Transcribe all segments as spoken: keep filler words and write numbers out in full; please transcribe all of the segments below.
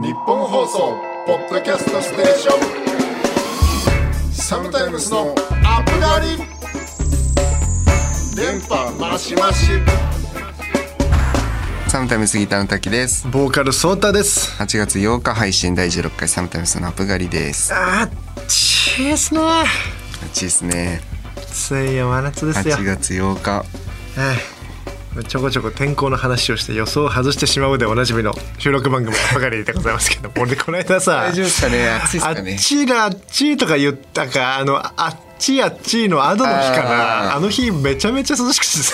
日本放送ポッドキャストステーションサムタイムスのアップガリ電波マシマシ。 サムタイムスギターの滝です。 ボーカルソータです。 はちがつようか配信だいじゅうろっかいサムタイムスのアップガリです。 あっちですね。 暑いですね。 暑いよ、真夏ですよ。 はちがつようか、 はい、ちょこちょこ天候の話をして予想を外してしまうでおなじみの収録番組アップガリでございますけど、俺この間さ、 大丈夫ですかね、暑いですかね。 あっちがあっちとか言ったか、あのあっちあっちのアドの日かな、 あ, あの日めちゃめちゃ涼しくてさ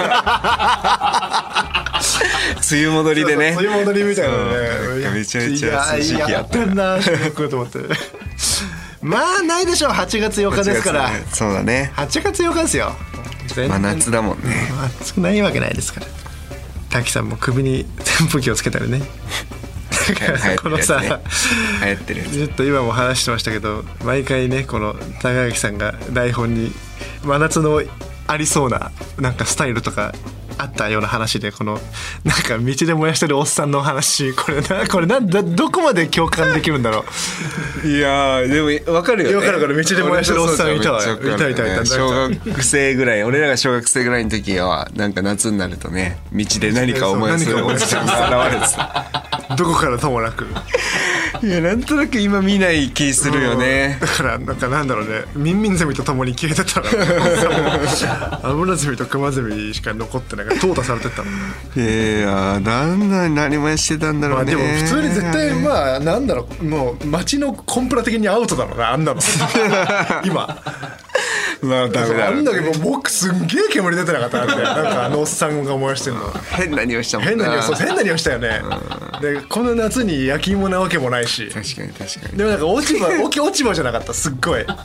梅雨戻りでね、 梅雨戻りみたいなね、 めちゃめちゃ涼しい日やってんなと思ってまあないでしょう、はちがつようかですから。 ね、そうだね、 はちがつようかですよ。 真夏だもんね。 暑くないわけないですから。滝さんも首に扇風機をつけたりねこのさ、 流行ってるやつ、 ちょっと今も話してましたけど、毎回ねこの高垣さんが台本に真夏のありそうななんかスタイルとかあったような話で、このなんか道で燃やしてるおっさんの話、これなこれなんだ、どこまで共感できるんだろういやーでも分かるよね。 分かる分かる、道で燃やしてるおっさんいたわよ、いたいたいた。 小学生ぐらい、俺らが小学生ぐらいの時はなんか夏になるとね、道で何かを燃やすおっさんが現れてたどこからともなくいや、なんとなく今見ない気するよね。 だからなんかなんだろうね、ミンミンゼミと共に消えてたらアブラゼミとクマゼミしか残ってないから淘汰されてったの。 いや、なんな何もしてたんだろうね。 まあ、でも普通に絶対まあなんだろう、もう街のコンプラ的にアウトだろうな、あんなの今まあダメだろう、ね、 あんだけど僕すんげえ煙出てなかったんで、なんかあのおっさんが燃やしてるの変な匂いしたもんな。 変な匂い、そう変な匂いしたよね。でこの夏に焼き芋なわけもないし。 確かに確かに。 でもなんか落ち葉落ち落ち葉じゃなかった、すっごい。い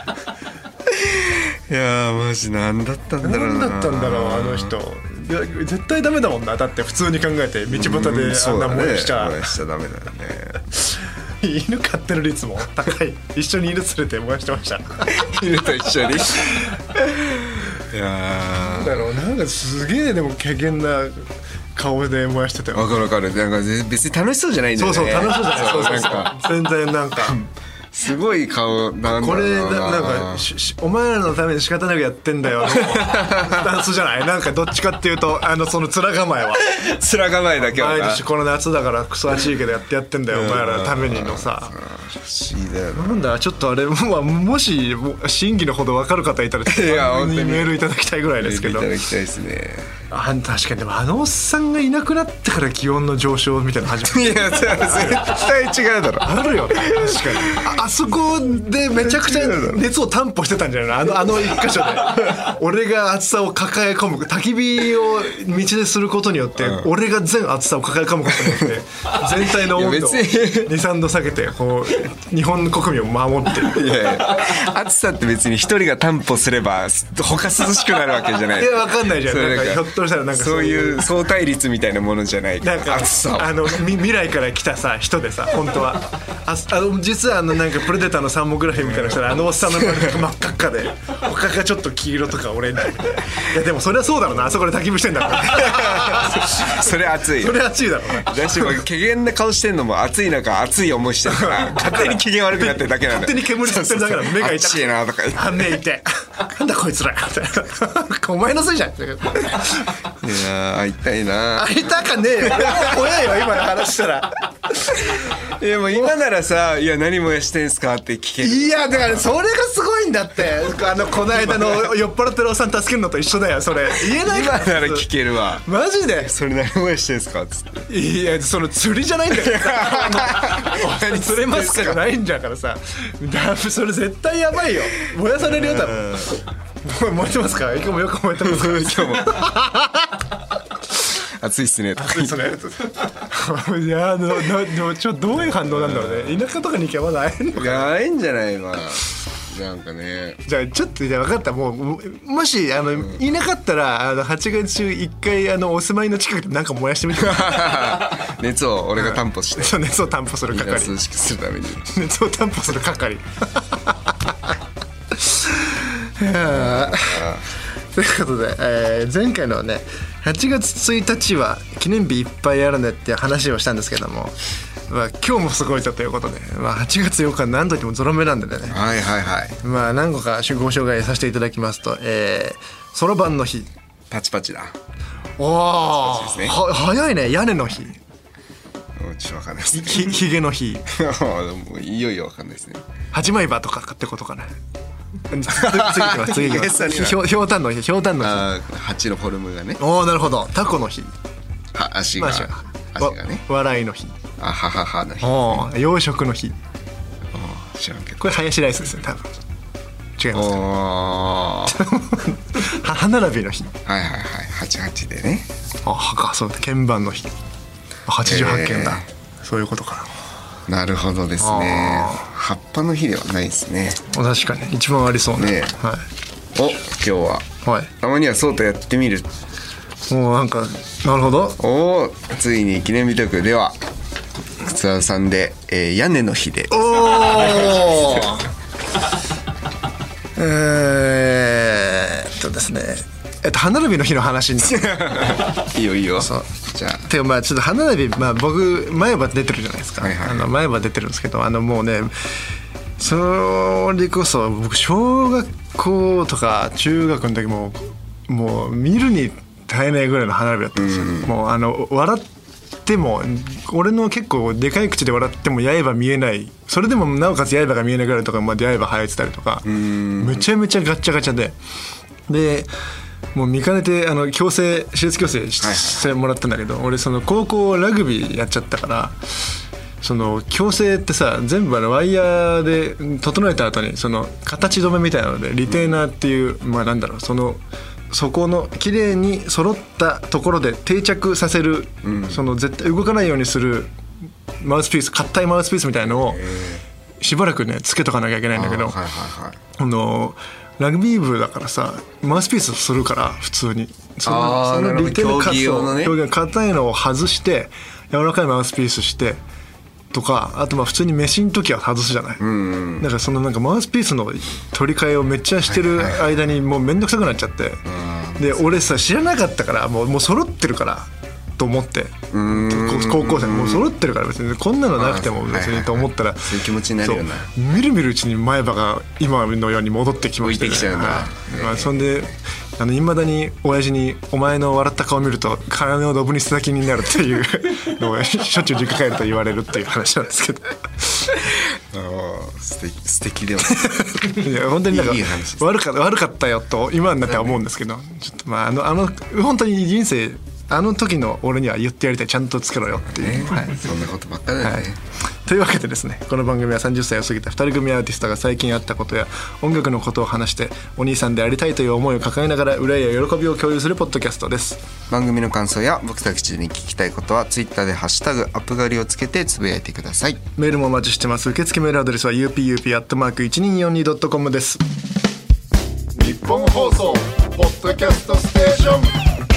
やーマジなんだったんだろうな。 なんだったんだろうあの人。いや絶対ダメだもんな、だって普通に考えて道端であんな燃やしちゃ、 燃やしちゃダメだよね犬飼ってる率も高い。一緒に犬連れて燃やしてました犬と一緒にいやーだろう、なんかすげえでも怪げな顔で燃やしてたよ。 分かる分かる。なんか別に楽しそうじゃないんだよね。 そうそう、楽しそうじゃない。そうそうなんそうか全然なんかすごい顔なんだろうな。 これなんかししお前らのために仕方なくやってんだよのスタンスじゃない。なんかどっちかっていうとあのその面構えは面構えだけは毎日この夏だからクソ暑いけどやってやってんだよお前らのためにのさ。 不思議だよな。 なんだちょっとあれももし真偽のほど分かる方いたら番組にメールいただきたいぐらいですけど。 メールいただきたいですね。 あ確かにでもあのおっさんがいなくなってから気温の上昇みたいなの始めて。 いや絶対違うだろ。 あるよね確かに。 あ, あそこでめちゃくちゃ熱を担保してたんじゃないの、あのあの一箇所で俺が暑さを抱え込む、焚き火を道ですることによって、うん、俺が全暑さを抱え込むことによって全体の温度をにさんど下げてこう日本国民を守ってる。 いやいや暑さって別に一人が担保すれば他涼しくなるわけじゃない。 いや分かんないじゃん。なんかひょっとしたらなんかそういう相対率みたいなものじゃない。 なんか暑さあの未来から来たさ人でさ、本当はああの実はあのなんかプレデターのサーモグラフィーみたいな人で、あのおっさんの真っ赤っかで他がちょっと黄色とかオレンジみたいな。いやでもそれはそうだろうな、あそこで焚き火してんだからそれ暑いよ。 それ暑いだろうな。 だしも怪げな顔してんのも暑い中暑い思いしてるから勝手に機嫌悪くなってるだけなんだ。 勝手に煙吸ってるだけだ。目が痛暑いなとかあ目痛いなんだこいつらお前のせいじゃん。いや会いたいな。 会いたかねえよ怖いよ今の話したら。 いやもう今ならさ、いや何燃やしてんすかって聞ける。 いやだからそれがすごいんだって。あのこの間の酔っ払ってるおっさん助けるのと一緒だよそれ。言えないから今なら聞けるわマジで。 それ何燃やしてんすかっつって。 いやその釣りじゃないんだよお前に釣れますかじゃないんじゃからさ。だそれ絶対やばいよ、燃やされるよ多分。燃えてますか。今日もよく燃えてますか。今日も暑いっすねとか暑いっすねいやののでもちょっとどういう反応なんだろうね。田舎とかに行けばまだ会えんのか。 いや会えんじゃないかな。なんかね、 じゃあちょっとじゃあ分かった。もうもしあの、うん、いなかったらあのはちがつ中いっかいあのお住まいの近くで何か燃やしてみて熱を俺が担保して、 そう熱を担保する係。 涼しくするために熱を担保する係ということで、えー、前回のねはちがつついたちは記念日いっぱいあるねっていう話をしたんですけども、 まあ、今日もすごいぞということで、まあ、はちがつようか何といってもゾロ目なんでね、 はいはいはい。 まあ、何個かご紹介させていただきますと、えー、そろばんの日。 パチパチだ。 おお、 パチパチですね。 は早いね。屋根の日。 うんちょっとわかんないですね。 ひひげの日。 もういよいよわかんないですね。 八枚刃とかってことかな。次行きます次行きますひょひょうたんの日。ひょうたんの日。 ああ、蜂のフォルムがね。 おお、なるほど。タコの日。 は足が、 まあ足がね。 わ笑いの日。 あはははの日。 おお、洋食の日。 知らんけど。 これハヤシライスですね、多分。違いますか。 おは歯並びの日。 はいはいはい。八八でね。 あ、はか、そうだ。鍵盤の日。はちじゅうはちけんだ。そういうことかな。なるほどですね。葉っぱの日ではないですね。 な。確かに一番ありそうね。 ねはお、今日は。 い。はい。 たまにはそうとやってみる。 もうなんか、なるほど。 おお、ついに記念日特では靴田さんで、えー、屋根の日で。 おお。えーっとですね。えっと歯並びの日の話に。 いいよいいよ。 そうじゃあ。 てかまあちょっと歯並び、まあ僕前歯出てるじゃないですか。 はいはいはい、 あの前歯出てるんですけど、あのもうね、それこそ僕小学校とか中学の時ももう見るに耐えないぐらいの歯並びだったんですよ。うん、もうあの笑っても俺の結構でかい口で笑っても刃見えない。それでもなおかつ刃が見えないぐらいとかまで刃生えてたりとか、めちゃめちゃガッチャガチャで、で。もう見かねてあの矯正手術矯正し、はい、してもらったんだけど、俺その高校ラグビーやっちゃったから、その矯正ってさ全部あのワイヤーで整えた後にその形止めみたいなのでリテーナーっていう、うん、まあなんだろう、そのそこの綺麗に揃ったところで定着させる、うん、その絶対動かないようにするマウスピース、硬いマウスピースみたいのをしばらくねつけとかなきゃいけないんだけど、あ、はいはいはい、あのラグビー部だからさマウスピースするから普通にその、そのリテーナー競技用のね、競技が硬いのを外して柔らかいマウスピースしてとか、あとまあ普通に飯の時は外すじゃない、うんうん、だからそのなんかマウスピースの取り替えをめっちゃしてる間にもうめんどくさくなっちゃって、はいはい、で俺さ知らなかったからもう、もう揃ってるからと思って、高校生もう揃ってるから別にこんなのなくても別にと思ったら、 そういう気持ちになるよな。 みるみるうちに前歯が今のように戻ってきましたね。 置いてきちゃうんだ、 はい、まあ、そんであの未だに親父にお前の笑った顔を見ると金をドブに捨てた気になるっていうのをしょっちゅう実家帰ると言われるっていう話なんですけどあ素敵素敵でもいや本当になんかいい話悪か悪かったよと今になっては思うんですけど、ちょっとまああのあの本当に人生あの時の俺には言ってやりたい、ちゃんとつけろよっていう、ね、はい、 そんなことばっかりだよね、はい、 というわけでですね、この番組はさんじゅっさいを過ぎたふたり組アーティストが最近あったことや音楽のことを話してお兄さんでありたいという思いを抱えながら憂いや喜びを共有するポッドキャストです。 番組の感想や僕たちに聞きたいことはツイッターでハッシュタグアップ狩りをつけてつぶやいてください。 メールもお待ちしてます。受付メールアドレスは ユーピーユーピーアットマークいちにーよんにードットコム です。 日本放送ポッドキャストステーション、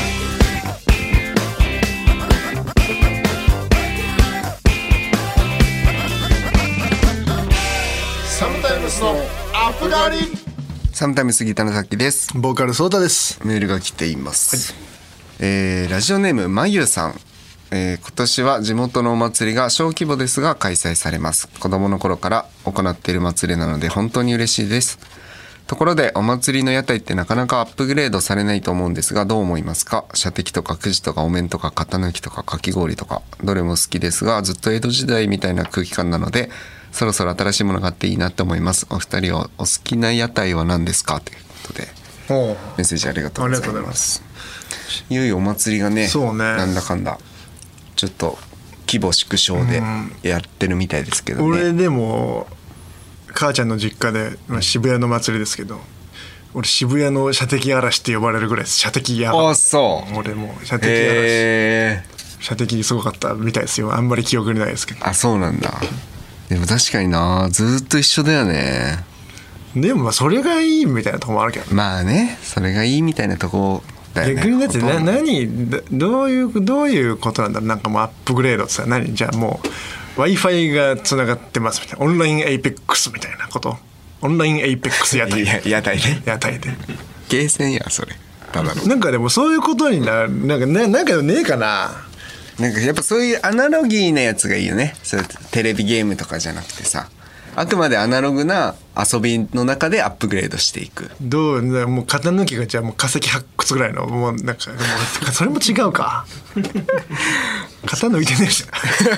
サムタイムスのアップガリ。 サムタイムスギターのさきです。 ボーカルソータです。 メールが来ています、はい、えー、ラジオネームまゆさん、えー、今年は地元のお祭りが小規模ですが開催されます。子供の頃から行っている祭りなので本当に嬉しいです。ところでお祭りの屋台ってなかなかアップグレードされないと思うんですがどう思いますか？射的とかくじとかお面とか型抜きとかかき氷とかどれも好きですがずっと江戸時代みたいな空気感なのでそろそろ新しいものがあっていいなと思います。お二人はお好きな屋台は何ですかということでメッセージありがとうございます。いよいよお祭りが ね, そうねなんだかんだちょっと規模縮小でやってるみたいですけどね。 俺でも母ちゃんの実家で、まあ、渋谷の祭りですけど俺渋谷の射的嵐って呼ばれるぐらいです。射的やば。 あ、そう俺もう射的嵐、射的すごかったみたいですよ。あんまり記憶にないですけど。 あ、そうなんだ。でも確かになずっと一緒だよね。 でもまあそれがいいみたいなとこもあるけど、 まあねそれがいいみたいなとこだよね。 逆にだってな何どういうどういうことなんだろう。なんかもうアップグレードってさ何じゃあもうWi-Fi がつながってますみたいなオンラインエイペックスみたいなこと。オンラインエイペックス屋台屋台ね屋台でゲーセンやそれただの。 なんかでもそういうことになるなんかねなんかねえかな。 なんかやっぱそういうアナロギーなやつがいいよね。そうテレビゲームとかじゃなくてさ、あくまでアナログな遊びの中でアップグレードしていく。 どうね、もう型抜きがじゃあもう化石発掘ぐらいのもうなんかでもそれも違うか型抜いてねえし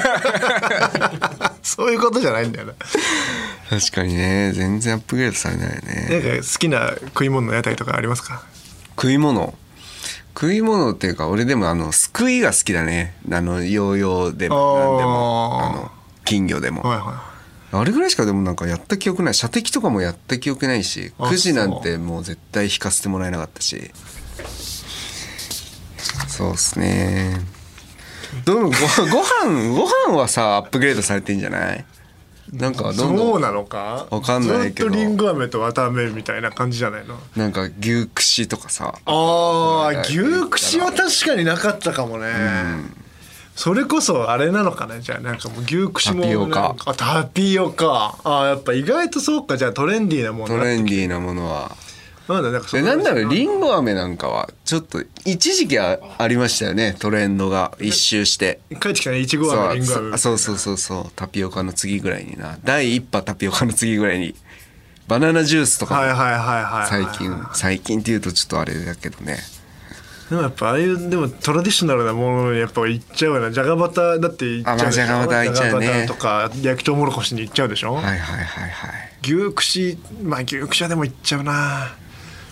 そういうことじゃないんだよな。 確かにね、全然アップグレードされないよね。 なんか好きな食い物の屋台とかありますか？ 食い物食い物っていうか、俺でもあのすくいが好きだね。あのヨーヨーでも何でもあの金魚でも、 はいはい、 あれぐらいしかでもなんかやった記憶ない。射的とかもやった記憶ないし、くじなんてもう絶対引かせてもらえなかったし。そうっすね。どうごご飯ご飯はさアップグレードされてんじゃない？なんかどんどんそうなのかわかんないけど、 ずっとリンゴ飴と綿飴みたいな感じじゃないの？ なんか牛串とかさ、 あー牛串は確かになかったかもね、うん、それこそあれなのかね。じゃあなんかもう牛串もタピオカ、 あタピオカ、あやっぱ意外とそうか。じゃあトレンディーなもの、 トレンディーなものはなんだなんかそで、なんだろう、リンゴ飴なんかはちょっと一時期 あ, ありましたよね、トレンドが一周して帰ってきたね。いちご飴リンゴ飴、 そうそうそうそう、タピオカの次ぐらいにな、第一波タピオカの次ぐらいにバナナジュースとか、 はいはいはいはい、 最近最近っていうとちょっとあれだけどね。 でもやっぱああいうでもトラディショナルなものにやっぱいっちゃうよな。じゃがバタだっていっちゃうでしょ。 あ、まあ、じゃがバタいっちゃうね。 じゃがバタとか焼きとうもろこしにいっちゃうでしょ。 はいはいはいはい。 牛串、まあ牛串はでもいっちゃうな。うん、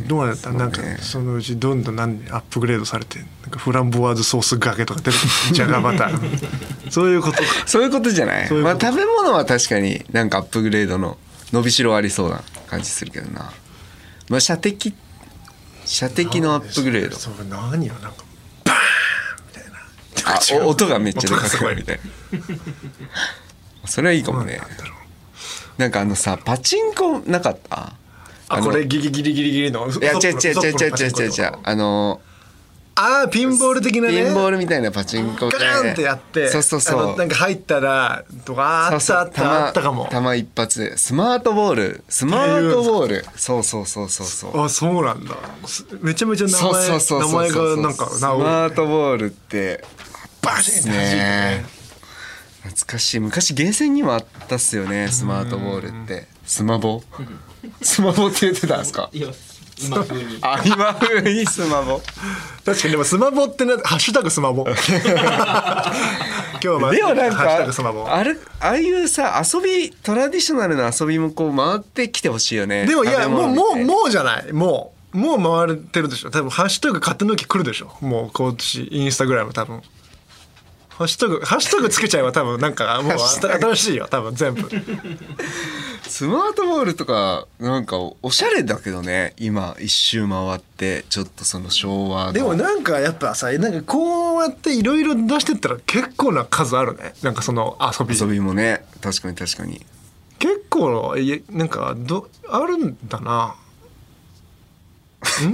どうなんだったら、ね、なんかそのうちどんどん何アップグレードされて、なんかフランボワーズソースがけとか出てくるじゃがバタそういうことそういうことじゃない。まあ、食べ物は確かになんかアップグレードの伸びしろありそうな感じするけどな。まあ射的射的のアップグレード、 それ何よ、なんかバーンみたいな、 あ、音がめっちゃでかくなるみたいなそれはいいかもね。なんかあのさ、パチンコなかった？ あ、これギリギリギリギリの、 いや違う違う違う違う違う違う、あのあーピンボール的なね、 ピンボールみたいなパチンコガーンってやって、 そうそうそう、 あのなんか入ったらとか、あったあったあったかも。 弾一発でスマートボール、スマートボール、そうそうそうそうそう、 あ、そうなんだ。めちゃめちゃ名前、 そうそうそうそう、 名前がなんかスマートボールってバシッてね、 懐かしい。昔ゲーセンにもあったっすよね、スマートボールって。スマボスマボって言ってたんですか？ 今風に。 あ、今風にスマボ。 確かに。でもスマボってな、ハッシュタグスマボ今日はでもなんハッシュタグかスマボ、 あれ、ああいうさ遊び、トラディショナルな遊びもこう回ってきてほしいよね。 でもいや、もうもうもうじゃい。 ない、もうもう回れてるでしょ。多分ハッシュタグ勝手抜き来るでしょ。もう今年インスタグラム多分ハッシュタグハッシュタグつけちゃえば多分なんかもう新しいよ多分全部。 スマートボールとかなんかおしゃれだけどね、今一周回ってちょっとその昭和の。 でもなんかやっぱさ、なんかこうやっていろいろ出してったら結構な数あるね。なんかその遊び遊びもね、確かに確かに結構いなんかどあるんだな。ん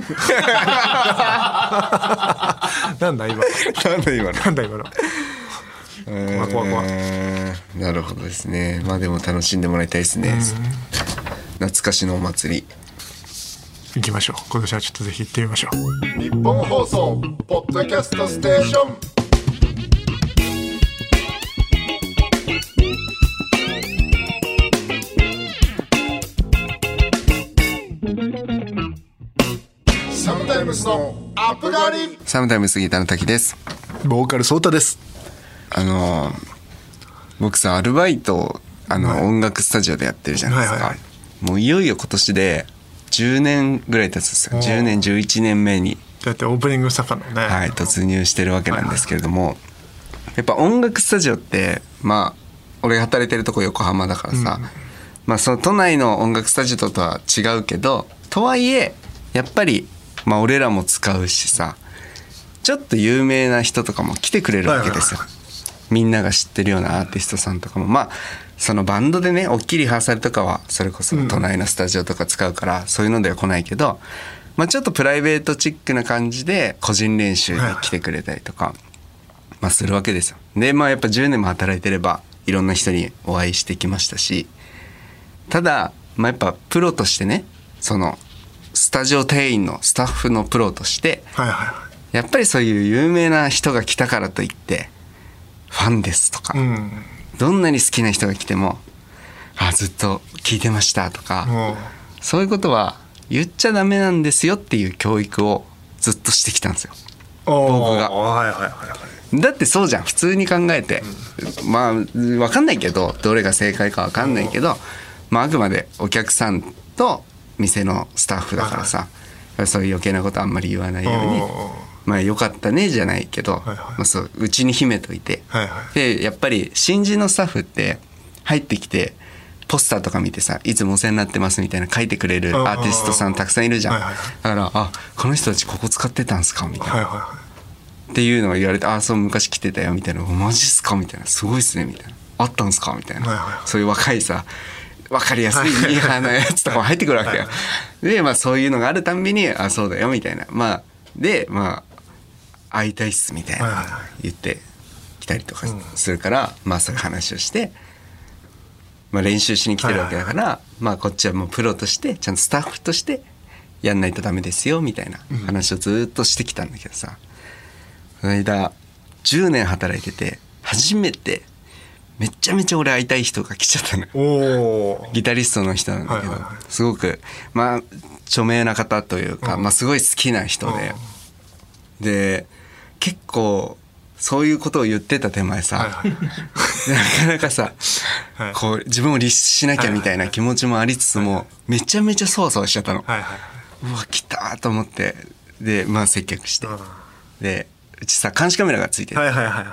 なんだ今なんだ今のなんだ今のえ怖い怖い怖い。 ー、なるほどですね。まあでも楽しんでもらいたいですね。懐かしのお祭り行きましょう。今年はちょっとぜひ行ってみましょう。 日本放送ポッドキャストステーション。サムタイムスのアップガリ。 サムタイムスギターの滝です。 ボーカルソータです。 あの僕さアルバイトをあの、はい、音楽スタジオでやってるじゃないですか、はいはいはい、もういよいよ今年でじゅうねんぐらい経つんですよ。じゅうねんじゅういちねんめにだってオープニングスタッフのね、 はい、突入してるわけなんですけれども、はいはい、やっぱ音楽スタジオってまあ俺が働いてるとこ横浜だからさ、うん、まあその都内の音楽スタジオとは違うけど、とはいえやっぱりまあ俺らも使うしさ、ちょっと有名な人とかも来てくれるわけですよ、はいはいはい、みんなが知ってるようなアーティストさんとかも、まあそのバンドでね大きいリハーサルとかはそれこそ都内のスタジオとか使うから、うん、そういうのでは来ないけど、まあ、ちょっとプライベートチックな感じで個人練習に来てくれたりとか、はい、まあ、するわけですよ。でまあやっぱじゅうねんも働いてればいろんな人にお会いしてきましたし、ただ、まあ、やっぱプロとしてね、そのスタジオ店員のスタッフのプロとして、 はいはい、 やっぱりそういう有名な人が来たからといってファンですとか、うん、どんなに好きな人が来てもあずっと聞いてましたとか、うん、そういうことは言っちゃダメなんですよっていう教育をずっとしてきたんですよ僕が、はいはいはいはい、だってそうじゃん普通に考えて、うん、まあ分かんないけどどれが正解か分かんないけど、まあ、あくまでお客さんと店のスタッフだからさ、はいはい、そういう余計なことあんまり言わないようにまあよかったねじゃないけど、はいはいまあ、そううちに秘めといて、はいはい、でやっぱり新人のスタッフって入ってきてポスターとか見てさいつもお世話になってますみたいな書いてくれるアーティストさんたくさんいるじゃん、はいはいはい、だからあこの人たちここ使ってたんすかみたいな、はいはいはい、っていうのを言われてあそう昔来てたよみたいなマジっすかみたいなすごいっすねみたいなあったんすかみたいな、はいはいはい、そういう若いさ分かりやすいミーハーなやつとかも入ってくるわけよでまあそういうのがあるたんびにあそうだよみたいなまあでまあ会いたいっすみたいな言って来たりとかするから、うん、まあそういう話をして、まあ、練習しに来てるわけだから、まあこっちはもうプロとしてちゃんとスタッフとしてやんないとダメですよみたいな話をずっとしてきたんだけどさ、この間じゅうねん働いてて初めてめちゃめちゃ俺会いたい人が来ちゃったのよ。ギタリストの人なんだけど、はいはいはい、すごくまあ著名な方というか、まあ、すごい好きな人でで結構そういうことを言ってた手前さ、はいはい、なかなかさ、はい、こう自分を律しなきゃみたいな気持ちもありつつも、はいはい、めちゃめちゃそわそわしちゃったの、はいはいはい、うわ来たと思ってでまあ接客してでうちさ監視カメラがついてる、はいはいはい、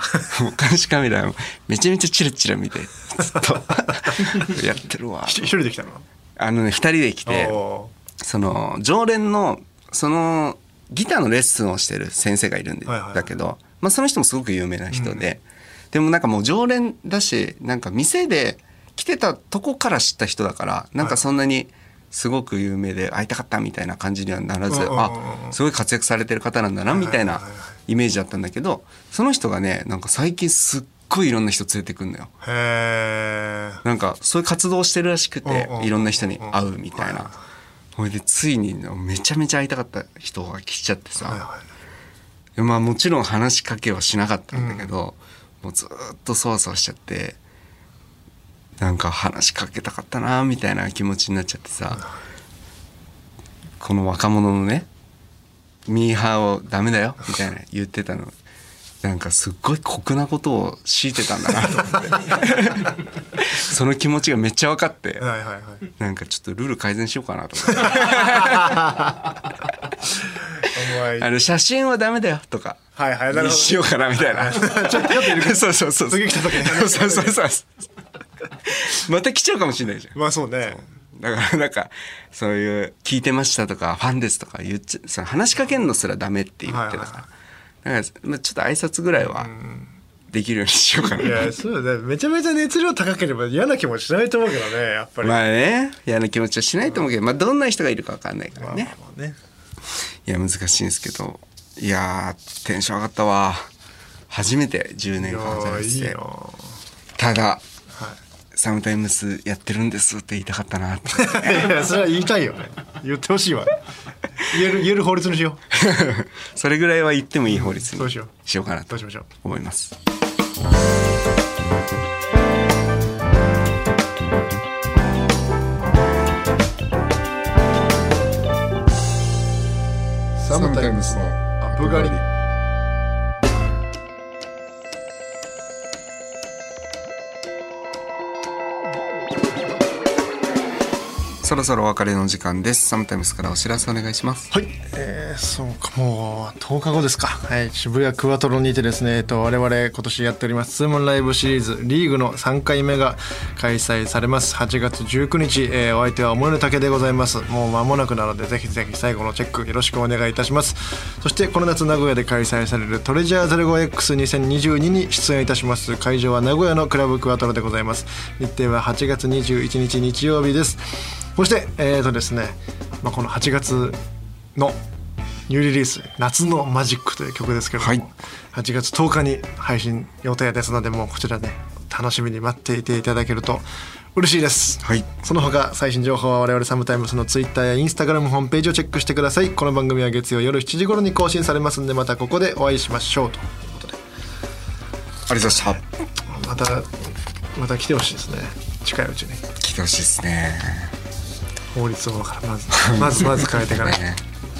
もう監視カメラめちゃめちゃチラチラ見てずっとやってるわ一人で来たの？ あのねふたりで来てその常連のそのギターのレッスンをしてる先生がいるん だ,、はいはい、だけど、まあ、その人もすごく有名な人で、うん、でもなんかもう常連だしなんか店で来てたとこから知った人だからなんかそんなにすごく有名で会いたかったみたいな感じにはならず、あすごい活躍されてる方なんだなみたいなイメージだったんだけど、その人がねなんか最近すっごいいろんな人連れてくんのよ。へー。なんかそういう活動をしてるらしくていろんな人に会うみたいな。それでついにめちゃめちゃ会いたかった人が来ちゃってさ、はいはい、まあもちろん話しかけはしなかったんだけど、うん、もうずっとそわそわしちゃってなんか話しかけたかったなみたいな気持ちになっちゃってさ、この若者のねミーハーをダメだよみたいな言ってたのなんかすっごい酷なことを強いてたんだなと思ってその気持ちがめっちゃ分かって、はいはいはい、なんかちょっとルール改善しようかなと思ってあの写真はダメだよとかにしようかなみたいなちょっとちょっといるそうそうそう次来た時にそうそうそうまた来ちゃうかもしれないじゃん。 まあそうね。 だからなんかそういう聞いてましたとかファンですとか言っちゃその話しかけるのすらダメって言ってたから、はいはいだからちょっと挨拶ぐらいはできるようにしようかな。 いやそうだねめちゃめちゃ熱量高ければ嫌な気持ちしないと思うけどねやっぱり。 まあね嫌な気持ちはしないと思うけど、まあ、どんな人がいるか分かんないからね。まあまあねいや難しいんですけどいやテンション上がったわ。初めてじゅうねんかん働いてていいただ、はい、サムタイムスやってるんですって言いたかったなっていやそれは言いたいよね言ってほしいわ言える言える法律にしようそれぐらいは言ってもいい法律にしようかなと思います。 サムタイムスのアップ狩り。 そろそろお別れの時間です。サムタイムスからお知らせお願いします。 はい、えー、そうかもうとおかごですか。はい、渋谷クワトロにてですね、えっと我々今年やっておりますツーマンライブシリーズリーグのさんかいめが開催されます。はちがつじゅうくにち、えー、お相手は思いの丈でございます。もう間もなくなのでぜひぜひ最後のチェックよろしくお願いいたします。そしてこの夏名古屋で開催されるトレジャー ゼロごエックスにせんにじゅうに に出演いたします。会場は名古屋のクラブクワトロでございます。日程ははちがつにじゅういちにち日曜日です。そしてえーとですね、まあ、このはちがつのニューリリース夏のマジックという曲ですけれども、はい、はちがつとおかに配信予定ですのでもうこちらね楽しみに待っていていただけると嬉しいです、 はい、 その他最新情報は我々サムタイムスのツイッターやインスタグラムホームページをチェックしてください。この番組は月曜夜しちじ頃に更新されますんで、またここでお会いしましょうということで、 ありがとうございました。またまた来てほしいですね、近いうちに来てほしいですね。 法律法からまずまずまず変えていかない、 ね、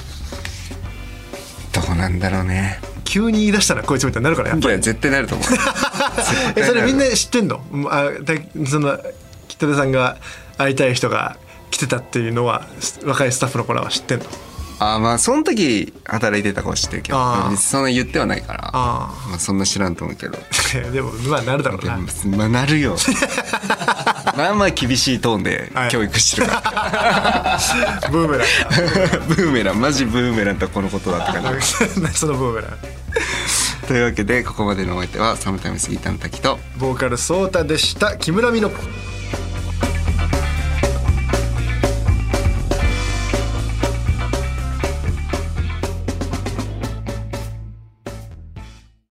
どうなんだろうね。 急に言い出したらこいつみたいになるからやっぱり。 いや絶対なると思うえそれみんな知ってんの？あその北出さんが会いたい人が来てたっていうのは若いスタッフの子らは知ってんの？ あまあその時働いてた子は知ってるけど、別にそんな言ってはないから、 あまあ、そんな知らんと思うけどでもまあなるだろうな。 まあなるよまあまあ厳しいトーンで教育してるから、 はい、ブーメランブーメランマジブーメランとこのことだって感じそのブーメランというわけでここまでのお相手はサムタイムスギターの滝とボーカルソータでした。木村美乃